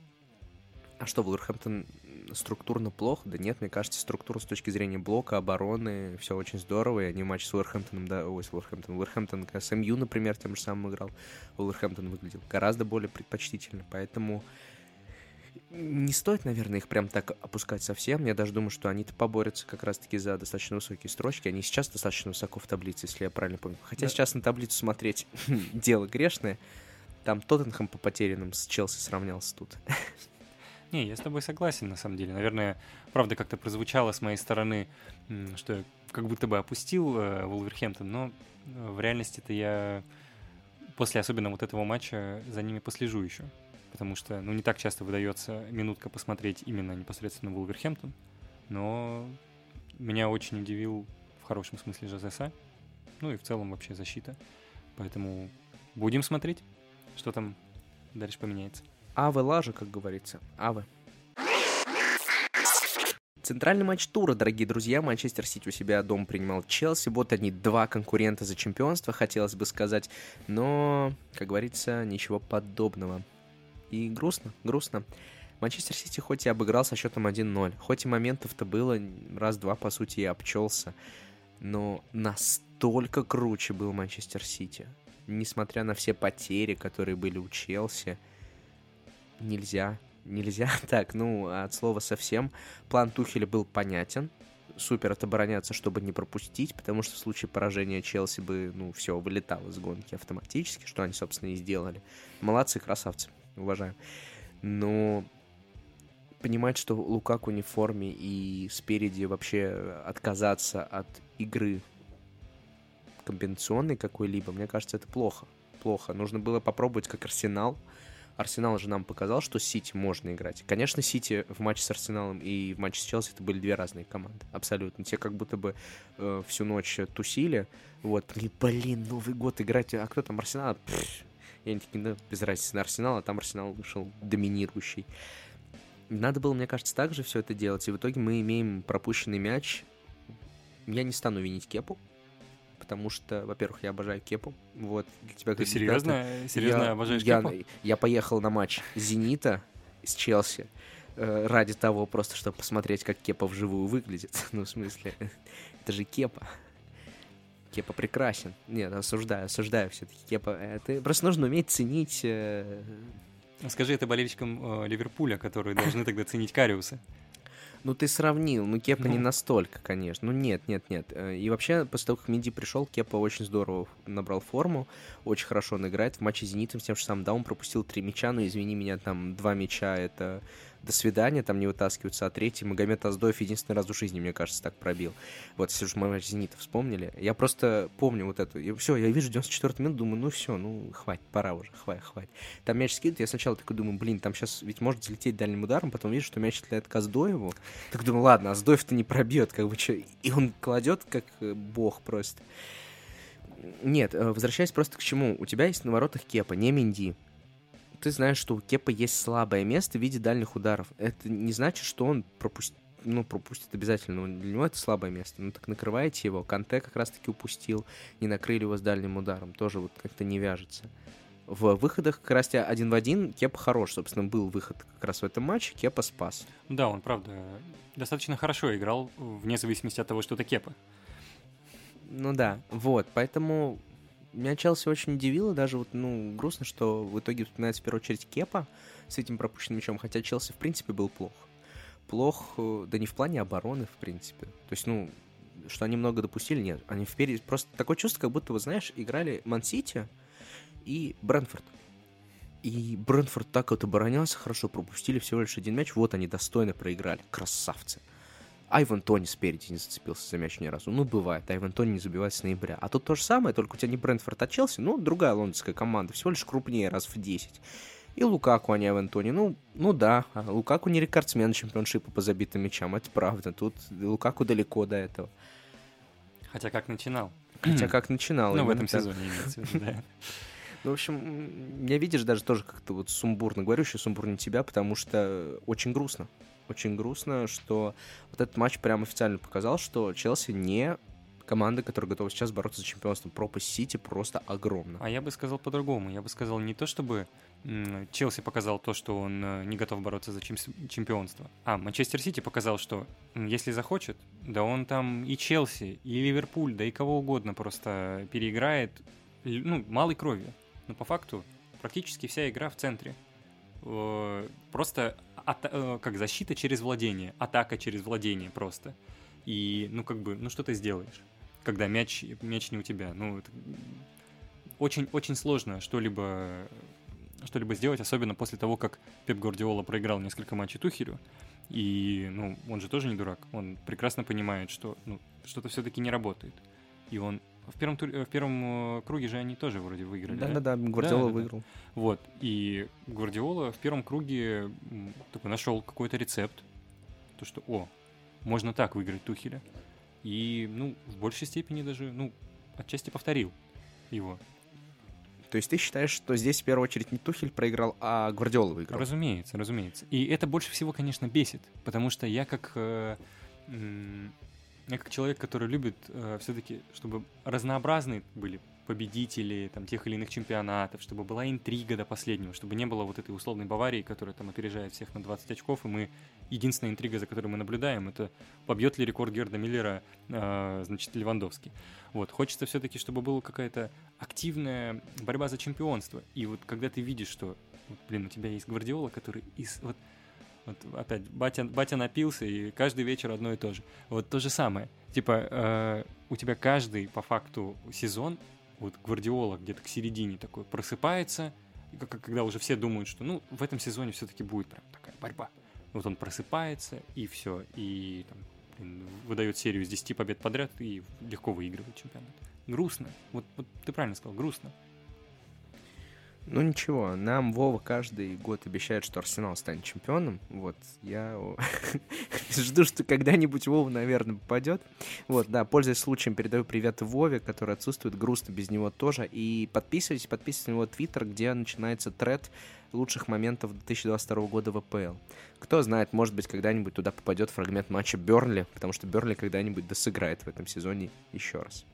S1: А что, Вулверхэмптон структурно плохо? Да нет, мне кажется, структура с точки зрения блока, обороны, все очень здорово, и они матч с Вулверхэмптоном, да, ой, с Вулверхэмптоном, Вулверхэмптон с МЮ, например, тем же самым играл, Вулверхэмптон выглядел гораздо более предпочтительно, поэтому не стоит, наверное, их прям так опускать совсем, я даже думаю, что они-то поборются как раз-таки за достаточно высокие строчки, они сейчас достаточно высоко в таблице, если я правильно помню, хотя сейчас на таблицу смотреть дело грешное, там Тоттенхэм по потерянным с Челси сравнялся тут.
S2: Не, я с тобой согласен, на самом деле. Наверное, правда, как-то прозвучало с моей стороны, что я как будто бы опустил Вулверхэмптон, но в реальности-то я после особенно вот этого матча за ними послежу еще. Потому что, ну, не так часто выдается минутка посмотреть именно непосредственно Вулверхэмптон, но меня очень удивил в хорошем смысле Жозеса, ну и в целом вообще защита. Поэтому будем смотреть, что там дальше поменяется.
S1: Аве лажа, как говорится. Аве. Центральный матч тура, дорогие друзья. Манчестер Сити у себя дома принимал Челси. Вот они, 2 конкурента за чемпионство, хотелось бы сказать. Но, как говорится, ничего подобного. И грустно. Манчестер Сити хоть и обыграл со счетом 1-0, хоть и моментов-то было раз-два, по сути, и обчелся. но настолько круче был Манчестер Сити. Несмотря на все потери, которые были у Челси, нельзя так, от слова совсем. План Тухеля был понятен. Супер отобороняться, чтобы не пропустить, потому что в случае поражения Челси бы, все, вылетало из гонки автоматически, что они, собственно, и сделали. Молодцы, красавцы, уважаем. Но понимать, что Лукаку не в форме и спереди вообще отказаться от игры комбинационной какой-либо, мне кажется, это плохо. Плохо. Нужно было попробовать как Арсенал. Арсенал же нам показал, что с Сити можно играть. Конечно, Сити в матче с Арсеналом и в матче с Челси это были две разные команды. Абсолютно. Те как будто бы всю ночь тусили. Вот. Новый год играть. А кто там Арсенал? И они такие, без разницы на Арсенал, а там Арсенал вышел доминирующий. Надо было, мне кажется, так же все это делать. И в итоге мы имеем пропущенный мяч. Я не стану винить Кепу. Потому что, во-первых, я обожаю Кепу. Вот, для тебя,
S2: ты серьезно обожаешь Кепу?
S1: Я поехал на матч Зенита с Челси ради того, просто чтобы посмотреть, как Кепа вживую выглядит. В смысле, это же Кепа. Кепа прекрасен. Нет, осуждаю все-таки Кепа. Это просто нужно уметь ценить...
S2: Скажи это болельщикам Ливерпуля, которые должны тогда ценить Кариуса.
S1: Ты сравнил, Кепа не настолько, конечно. Нет. И вообще, после того, как Менди пришел, Кепа очень здорово набрал форму, очень хорошо он играет. В матче с Зенитом с тем же самым, он пропустил 3 мяча, но, извини меня, там 2 мяча — это до свидания, там не вытаскиваются, а третий Магомед Аздоев единственный раз в жизни, мне кажется, так пробил. Вот, если уж мы матч Зенита вспомнили. Я просто помню вот эту. Все, я вижу 94-й минут, думаю, хватит, пора уже, хватит. Там мяч скидывает, я сначала такой думаю, там сейчас ведь может залететь дальним ударом, потом вижу, что мяч летает к Аздоеву. Так думаю, ладно, Аздоев-то не пробьет, что. И он кладет, как бог просто. Нет, возвращаясь просто к чему. У тебя есть на воротах Кепа, не Менди. Ты знаешь, что у Кепа есть слабое место в виде дальних ударов. Это не значит, что он пропустит обязательно. Для него это слабое место. Так накрываете его. Канте как раз-таки упустил. Не накрыли его с дальним ударом. Тоже вот как-то не вяжется. В выходах как раз 1 в 1 Кепа хорош. Собственно, был выход как раз в этом матче. Кепа спас.
S2: Да, он, правда, достаточно хорошо играл, вне зависимости от того, что это Кепа.
S1: Да. Вот. Поэтому... Меня Челси очень удивило, даже грустно, что в итоге вспоминается в первую очередь Кепа с этим пропущенным мячом, хотя Челси в принципе был плох. Да не в плане обороны, в принципе. То есть, что они много допустили, нет. Они впереди, просто такое чувство, как будто, играли Ман-Сити и Брентфорд. И Брентфорд так вот оборонялся, хорошо пропустили всего лишь 1 мяч, вот они достойно проиграли, красавцы. Айван Тони спереди не зацепился за мяч ни разу. Бывает. Айван Тони не забивает с ноября. А тут то же самое, только у тебя не Брентфорд, а Челси, другая лондонская команда, всего лишь крупнее раз в 10. И Лукаку, а не Айван Тони. Да, Лукаку не рекордсмен чемпионшипа по забитым мячам, это правда. Тут Лукаку далеко до этого.
S2: Хотя как начинал.
S1: В
S2: этом сезоне имеется в виду, да.
S1: В общем, я, видишь, даже тоже как-то сумбурно говорю, еще сумбурнее тебя, потому что очень грустно. Очень грустно, что вот этот матч прям официально показал, что Челси не команда, которая готова сейчас бороться за чемпионство. Пропасть Сити просто огромна.
S2: А я бы сказал по-другому. Я бы сказал не то, чтобы Челси показал то, что он не готов бороться за чемпионство, а Манчестер Сити показал, что если захочет, да он там и Челси, и Ливерпуль, да и кого угодно просто переиграет, малой кровью. Но по факту практически вся игра в центре. Просто как защита через владение, атака через владение просто. И, что ты сделаешь, когда мяч не у тебя? Это очень, очень сложно что-либо сделать, особенно после того, как Пеп Гвардиола проиграл несколько матчей Тухелю. И, он же тоже не дурак. Он прекрасно понимает, что что-то все-таки не работает. И он в первом круге же они тоже вроде выиграли.
S1: Да, Гвардиола выиграл.
S2: Вот, и Гвардиола в первом круге такой нашел какой-то рецепт, то что, можно так выиграть Тухеля. И, в большей степени даже, отчасти повторил его.
S1: То есть ты считаешь, что здесь в первую очередь не Тухель проиграл, а Гвардиола выиграл?
S2: Разумеется. И это больше всего, конечно, бесит, потому что я как человек, который любит все-таки, чтобы разнообразные были победители там, тех или иных чемпионатов, чтобы была интрига до последнего, чтобы не было вот этой условной Баварии, которая там опережает всех на 20 очков, и мы единственная интрига, за которой мы наблюдаем, это побьет ли рекорд Герда Миллера, значит, Левандовский. Вот. Хочется все-таки, чтобы была какая-то активная борьба за чемпионство. И вот когда ты видишь, что, вот, блин, у тебя есть Гвардиола, который вот опять, батя напился, и каждый вечер одно и то же. Вот то же самое. Типа, у тебя каждый, по факту, сезон, вот Гвардиола где-то к середине такой просыпается, когда уже все думают, что, ну, в этом сезоне все-таки будет прям такая борьба. Вот он просыпается, и все, и там, блин, выдает серию из 10 побед подряд и легко выигрывает чемпионат. Грустно. Вот ты правильно сказал, грустно.
S1: Ну ничего, нам Вова каждый год обещает, что Арсенал станет чемпионом. Вот, я жду, что когда-нибудь Вова, наверное, попадет. Вот, да, пользуясь случаем, передаю привет Вове, который отсутствует, грустно без него тоже. И подписывайтесь на его твиттер, где начинается тред лучших моментов 2022 года в АПЛ. Кто знает, может быть, когда-нибудь туда попадет фрагмент матча Бернли, потому что Бернли когда-нибудь досыграет в этом сезоне еще раз.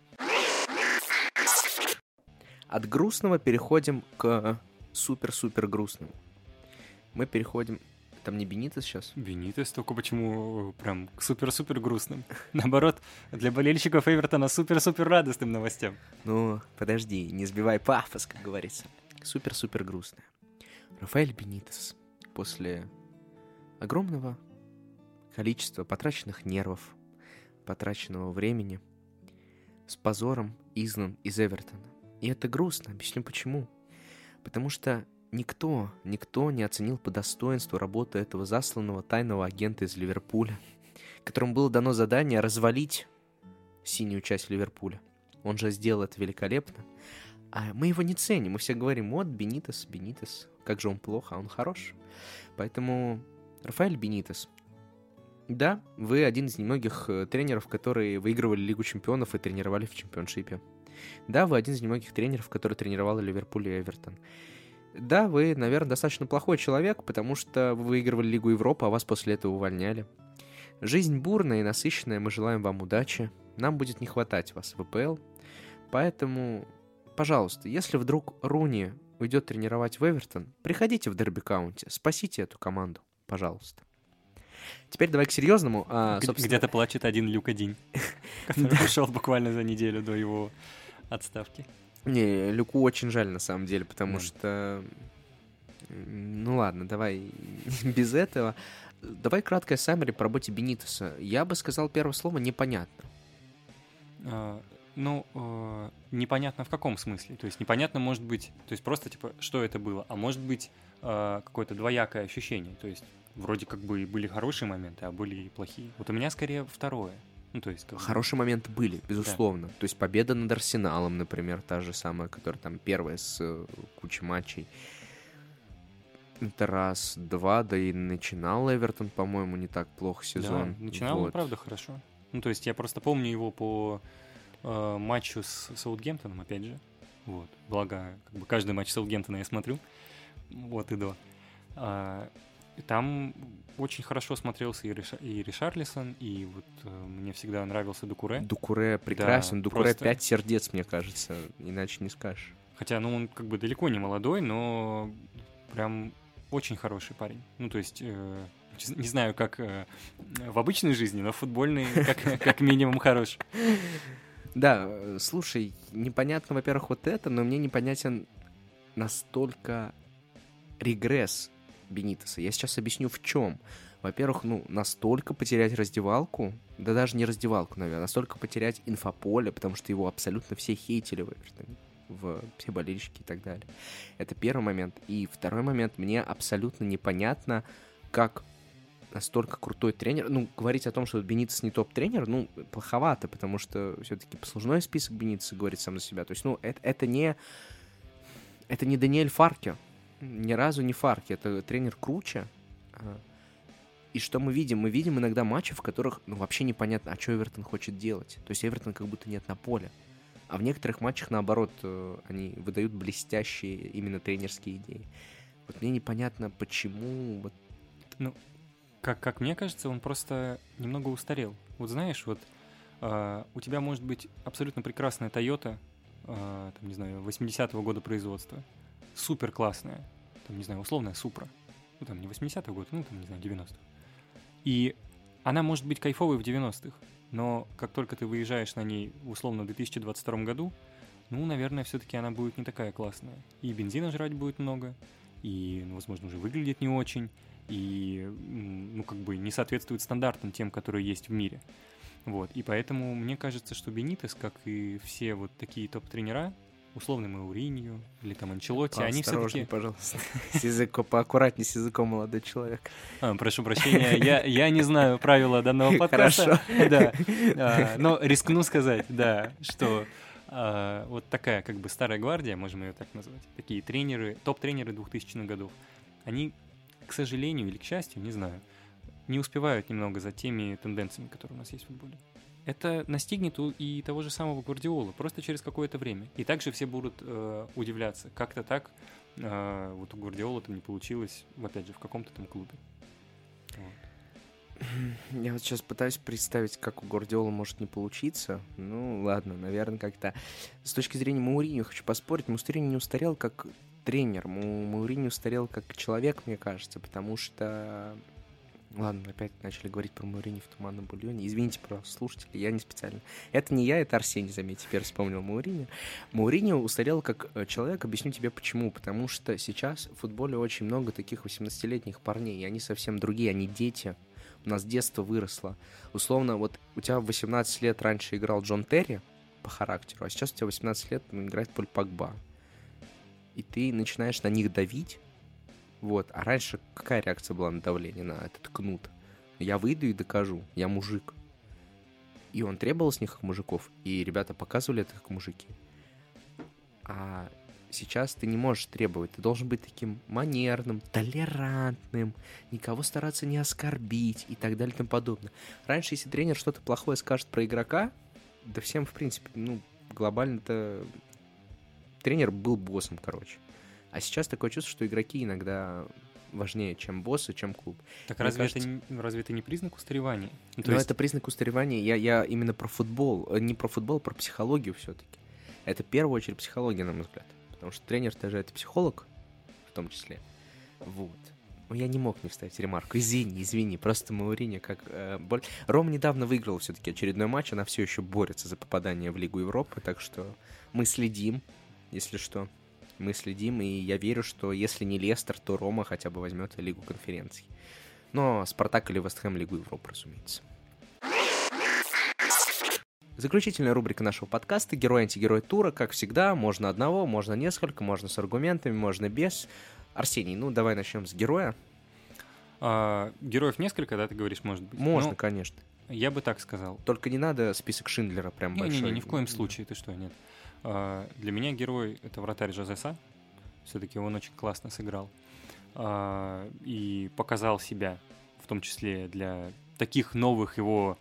S1: От грустного переходим к супер-супер грустному. Мы переходим... Там не Бенитес сейчас?
S2: Бенитес, только почему прям к супер-супер грустным? Наоборот, для болельщиков Эвертона супер-супер радостным новостям.
S1: Ну, подожди, не сбивай пафос, как говорится. Супер-супер грустное. Рафаэль Бенитес после огромного количества потраченных нервов, потраченного времени, с позором изгнан из Эвертона. И это грустно. Объясню почему. Потому что никто не оценил по достоинству работу этого засланного тайного агента из Ливерпуля, которому было дано задание развалить синюю часть Ливерпуля. Он же сделал это великолепно. А мы его не ценим. Мы все говорим, вот Бенитес, как же он плохо, а он хорош. Поэтому Рафаэль Бенитес. Да, вы один из немногих тренеров, которые выигрывали Лигу чемпионов и тренировали в чемпионшипе. Да, вы один из немногих тренеров, который тренировал Ливерпуль и Эвертон. Да, вы, наверное, достаточно плохой человек, потому что вы выигрывали Лигу Европы, а вас после этого увольняли. Жизнь бурная и насыщенная, мы желаем вам удачи. Нам будет не хватать вас в АПЛ. Поэтому, пожалуйста, если вдруг Руни уйдет тренировать в Эвертон, приходите в Дерби Каунти, спасите эту команду, пожалуйста. Теперь давай к серьезному.
S2: Где-то плачет один Люка Динь, который ушел буквально за неделю до его отставки.
S1: Не, Люку очень жаль, на самом деле, потому что... Ну ладно, давай без этого. Давай краткое саммари по работе Бенитеса. Я бы сказал первое слово «непонятно».
S2: Непонятно в каком смысле? То есть непонятно может быть... То есть просто, типа, что это было? А может быть какое-то двоякое ощущение? То есть вроде как бы были хорошие моменты, а были и плохие. Вот у меня скорее второе. Ну, то есть,
S1: хорошие моменты были, безусловно. Да. То есть победа над Арсеналом, например, та же самая, которая там первая с кучей матчей. Это раз, два, да и начинал Эвертон, по-моему, не так плохо сезон.
S2: Да, начинал он, правда, хорошо. Ну, то есть я просто помню его по матчу с Саутгемптоном, опять же. Вот. Благо, как бы каждый матч Саутгемптона я смотрю. Вот и до. Там очень хорошо смотрелся и Ришарлисон, и вот мне всегда нравился Дукуре.
S1: Дукуре прекрасен, да, Дукуре просто... 5 сердец, мне кажется, иначе не скажешь.
S2: Хотя, ну, он как бы далеко не молодой, но прям очень хороший парень. Ну, то есть, не знаю, как в обычной жизни, но футбольный как минимум хороший.
S1: Да, слушай, непонятно, во-первых, вот это, но мне непонятен настолько регресс Бенитеса. Я сейчас объясню, в чем. Во-первых, настолько потерять раздевалку, да даже не раздевалку, наверное, настолько потерять инфополе, потому что его абсолютно все хейтили все болельщики и так далее. Это первый момент. И второй момент, мне абсолютно непонятно, как настолько крутой тренер, говорить о том, что Бенитес не топ-тренер, плоховато, потому что все-таки послужной список Бенитеса говорит сам за себя. То есть, это не Даниэль Фарке. Ни разу не Фарки, это тренер круче. И что мы видим? Мы видим иногда матчи, в которых вообще непонятно, а что Эвертон хочет делать. То есть Эвертон как будто нет на поле. А в некоторых матчах, наоборот, они выдают блестящие именно тренерские идеи. Вот мне непонятно, почему...
S2: Как мне кажется, он просто немного устарел. Вот знаешь, у тебя может быть абсолютно прекрасная Toyota, там, не знаю, 80-го года производства. Супер классная. Там, не знаю, условная Супра. Ну, там, не 80-й год, ну, там, не знаю, 90-х. И она может быть кайфовой в 90-х, но как только ты выезжаешь на ней в условно 2022 году, ну, наверное, все-таки она будет не такая классная. И бензина жрать будет много, и, ну, возможно, уже выглядит не очень, и, ну, как бы не соответствует стандартам тем, которые есть в мире. Вот, и поэтому мне кажется, что Бенитес, как и все вот такие топ-тренера, условный Мауриньо или там Анчелотти, они все-таки...
S1: пожалуйста. С языком, поаккуратнее с языком, молодой человек.
S2: Прошу прощения, я не знаю правила данного подкаста.
S1: Хорошо.
S2: Да, но рискну сказать, да, что вот такая как бы старая гвардия, можем ее так назвать, такие тренеры, топ-тренеры 2000-х годов, они, к сожалению или к счастью, не знаю, не успевают немного за теми тенденциями, которые у нас есть в футболе. Это настигнет и того же самого Гвардиолу, просто через какое-то время. И также все будут удивляться. Как-то так вот у Гвардиолы там не получилось, опять же, в каком-то там клубе. Вот.
S1: Я вот сейчас пытаюсь представить, как у Гвардиолы может не получиться. Ну, ладно, наверное, как-то. С точки зрения Мауриньо хочу поспорить. Мауриньо не устарел как тренер. Мауриньо устарел как человек, мне кажется, потому что... Ладно, опять начали говорить про Мауриньо в «Туманном бульоне». Извините, пожалуйста, слушатели, я не специально. Это не я, это Арсений, заметьте, теперь вспомнил Мауриньо. Мауриньо устарел как человек, объясню тебе почему. Потому что сейчас в футболе очень много таких 18-летних парней, и они совсем другие, они дети. У нас детство выросло. Условно, вот у тебя в 18 лет раньше играл Джон Терри по характеру, а сейчас у тебя 18 лет играет Поль Погба. И ты начинаешь на них давить. Вот. А раньше какая реакция была на давление, на этот кнут? Я выйду и докажу, я мужик. И он требовал с них как мужиков, и ребята показывали это как мужики. А сейчас ты не можешь требовать, ты должен быть таким манерным, толерантным, никого стараться не оскорбить и так далее и тому подобное. Раньше, если тренер что-то плохое скажет про игрока, да всем, в принципе, ну, глобально-то тренер был боссом, короче. А сейчас такое чувство, что игроки иногда важнее, чем боссы, чем клуб.
S2: Так разве это не признак устаревания?
S1: Ну, это признак устаревания. Я именно про футбол. Не про футбол, про психологию все-таки. Это в первую очередь психология, на мой взгляд. Потому что тренер тоже это психолог, в том числе. Вот. Но я не мог не вставить ремарку. Извини. Просто Мауриньо как... Рома недавно выиграл все-таки очередной матч. Она все еще борется за попадание в Лигу Европы. Так что мы следим, если что. Мы следим, и я верю, что если не Лестер, то Рома хотя бы возьмет Лигу конференций. Но Спартак или Вест Хэм Лигу Европы, разумеется. Заключительная рубрика нашего подкаста «Герой-антигерой тура». Как всегда, можно одного, можно несколько, можно с аргументами, можно без. Арсений, ну давай начнем с героя.
S2: Героев несколько, да, ты говоришь, может быть?
S1: Можно, конечно.
S2: Я бы так сказал.
S1: Только не надо список Шиндлера прям большой.
S2: Не, ни в коем случае, ты что, нет. Для меня герой — это вратарь Жозе Са. Все-таки он очень классно сыграл. И показал себя, в том числе для таких новых его,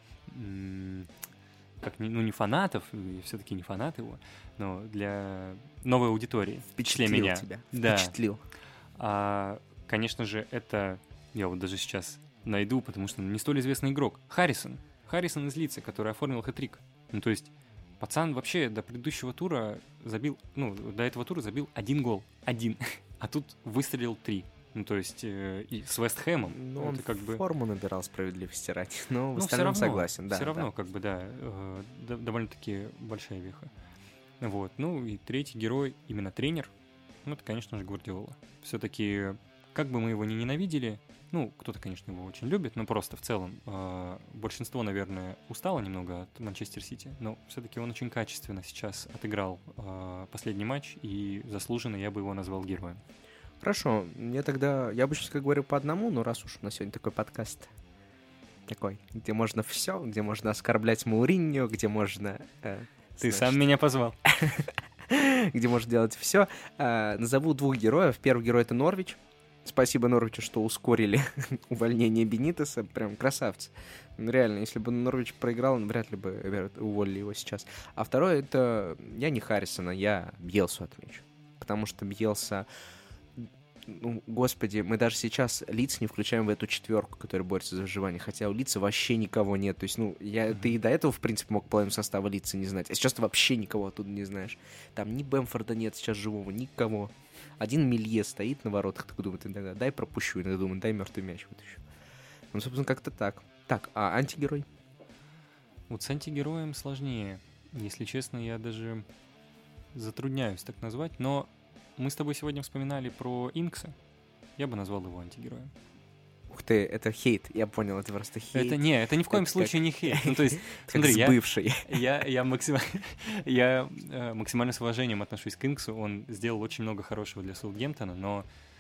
S2: не фанатов, все-таки не фанат его, но для новой аудитории.
S1: Впечатлил
S2: меня.
S1: Тебя.
S2: Да.
S1: Впечатлил.
S2: Конечно же, это я вот даже сейчас найду, потому что не столь известный игрок. Харрисон из Лидса, который оформил хэт-трик. Ну, то есть пацан вообще до предыдущего тура забил, до этого тура забил 1 гол. 1. А тут выстрелил 3. Ну, то есть и с Вест Хэмом.
S1: Ну, он
S2: как бы...
S1: форму набирал, справедливости ради. Но в остальном согласен. Да,
S2: все равно, как бы, да, довольно-таки большая веха. Вот. Ну, и третий герой, именно тренер, это, конечно же, Гвардиола. Все-таки, как бы мы его ни ненавидели, кто-то, конечно, его очень любит, но просто в целом большинство, наверное, устало немного от Манчестер Сити, но все-таки он очень качественно сейчас отыграл последний матч, и заслуженно я бы его назвал героем.
S1: Хорошо, я обычно говорю по одному, но раз уж у нас сегодня такой подкаст, где можно все, где можно оскорблять Мауриньо, где можно...
S2: Ты сам меня позвал.
S1: Где можно делать все. Назову 2 героев. Первый герой — это Норвич. Спасибо Норвичу, что ускорили увольнение Бенитеса. Прям красавцы. Реально, если бы Норвич проиграл, вряд ли бы уволили его сейчас. А второй — это... Я не Харрисона, я Бьелсу отмечу. Потому что Бьелса... ну, господи, мы даже сейчас Лидс не включаем в эту четверку, которая борется за выживание, хотя у Лидса вообще никого нет. То есть, ну, ты и до этого, в принципе, мог половину состава Лидса не знать, а сейчас ты вообще никого оттуда не знаешь. Там ни Бэмфорда нет сейчас живого, никого. Один Мелье стоит на воротах, так думает иногда, дай пропущу, иногда думает, дай мертвый мяч вытащу. Ну, собственно, как-то так. Так, а антигерой?
S2: Вот с антигероем сложнее. Если честно, я даже затрудняюсь так назвать, но мы с тобой сегодня вспоминали про Инкса. Я бы назвал его антигероем.
S1: Ух ты, это хейт, я понял, это просто хейт.
S2: Это ни в коем случае не хейт. Ну, то есть,
S1: смотри,
S2: смотри,
S1: бывший.
S2: Я максимально с уважением отношусь к Инксу. Он сделал очень много хорошего для Саутгемптона, но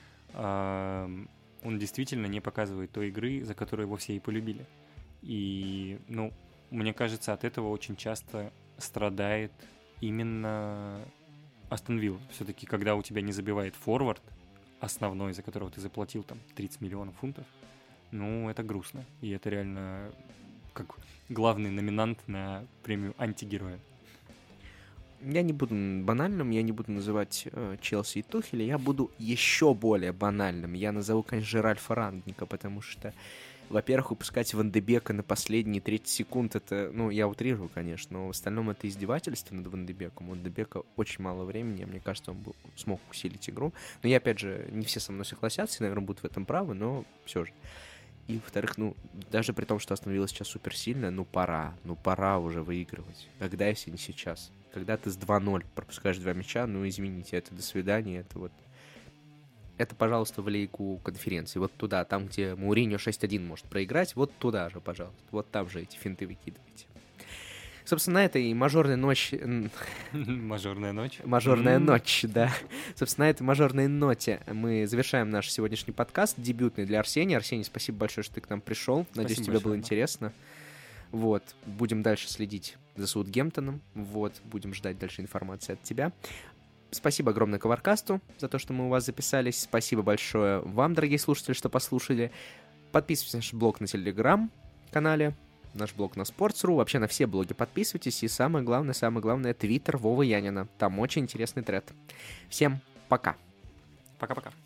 S2: он действительно не показывает той игры, за которую его все и полюбили. И, ну, мне кажется, от этого очень часто страдает именно Астон Вилла. Все-таки, когда у тебя не забивает форвард, основной, за которого ты заплатил там 30 миллионов фунтов, ну, это грустно. И это реально как главный номинант на премию антигероя.
S1: Я не буду банальным, я не буду называть Челси и Тухеля, я буду еще более банальным. Я назову, конечно, Ральфа Рангника, потому что, во-первых, выпускать Ван де Бека на последние 30 секунд, это, ну, я утрирую, конечно, но в остальном это издевательство над Ван де Беком. У Ван де Бека очень мало времени, мне кажется, он смог усилить игру. Но я, опять же, не все со мной согласятся, наверное, будут в этом правы, но все же. И, во-вторых, ну, даже при том, что остановилась сейчас суперсильно, ну, пора уже выигрывать. Когда, если не сейчас? Когда ты с 2-0 пропускаешь 2 мяча, ну, извините, это до свидания, это вот... Это, пожалуйста, в лигу конференции, вот туда, там, где Мауриньо 6-1 может проиграть, вот туда же, пожалуйста, вот там же эти финты выкидывайте. Собственно, на этой мажорной ночи...
S2: Мажорная ночь?
S1: Мажорная ночь, да. Собственно, на этой мажорной ноте мы завершаем наш сегодняшний подкаст, дебютный для Арсения. Арсений, спасибо большое, что ты к нам пришел. Надеюсь, тебе было интересно. Вот, будем дальше следить за Саутгемптоном. Вот, будем ждать дальше информации от тебя. Спасибо огромное Коваркасту за то, что мы у вас записались. Спасибо большое вам, дорогие слушатели, что послушали. Подписывайтесь на наш блог на Телеграм-канале, наш блог на Sports.ru, вообще на все блоги подписывайтесь. И самое главное, Твиттер Вовы Янина. Там очень интересный тред. Всем пока.
S2: Пока-пока.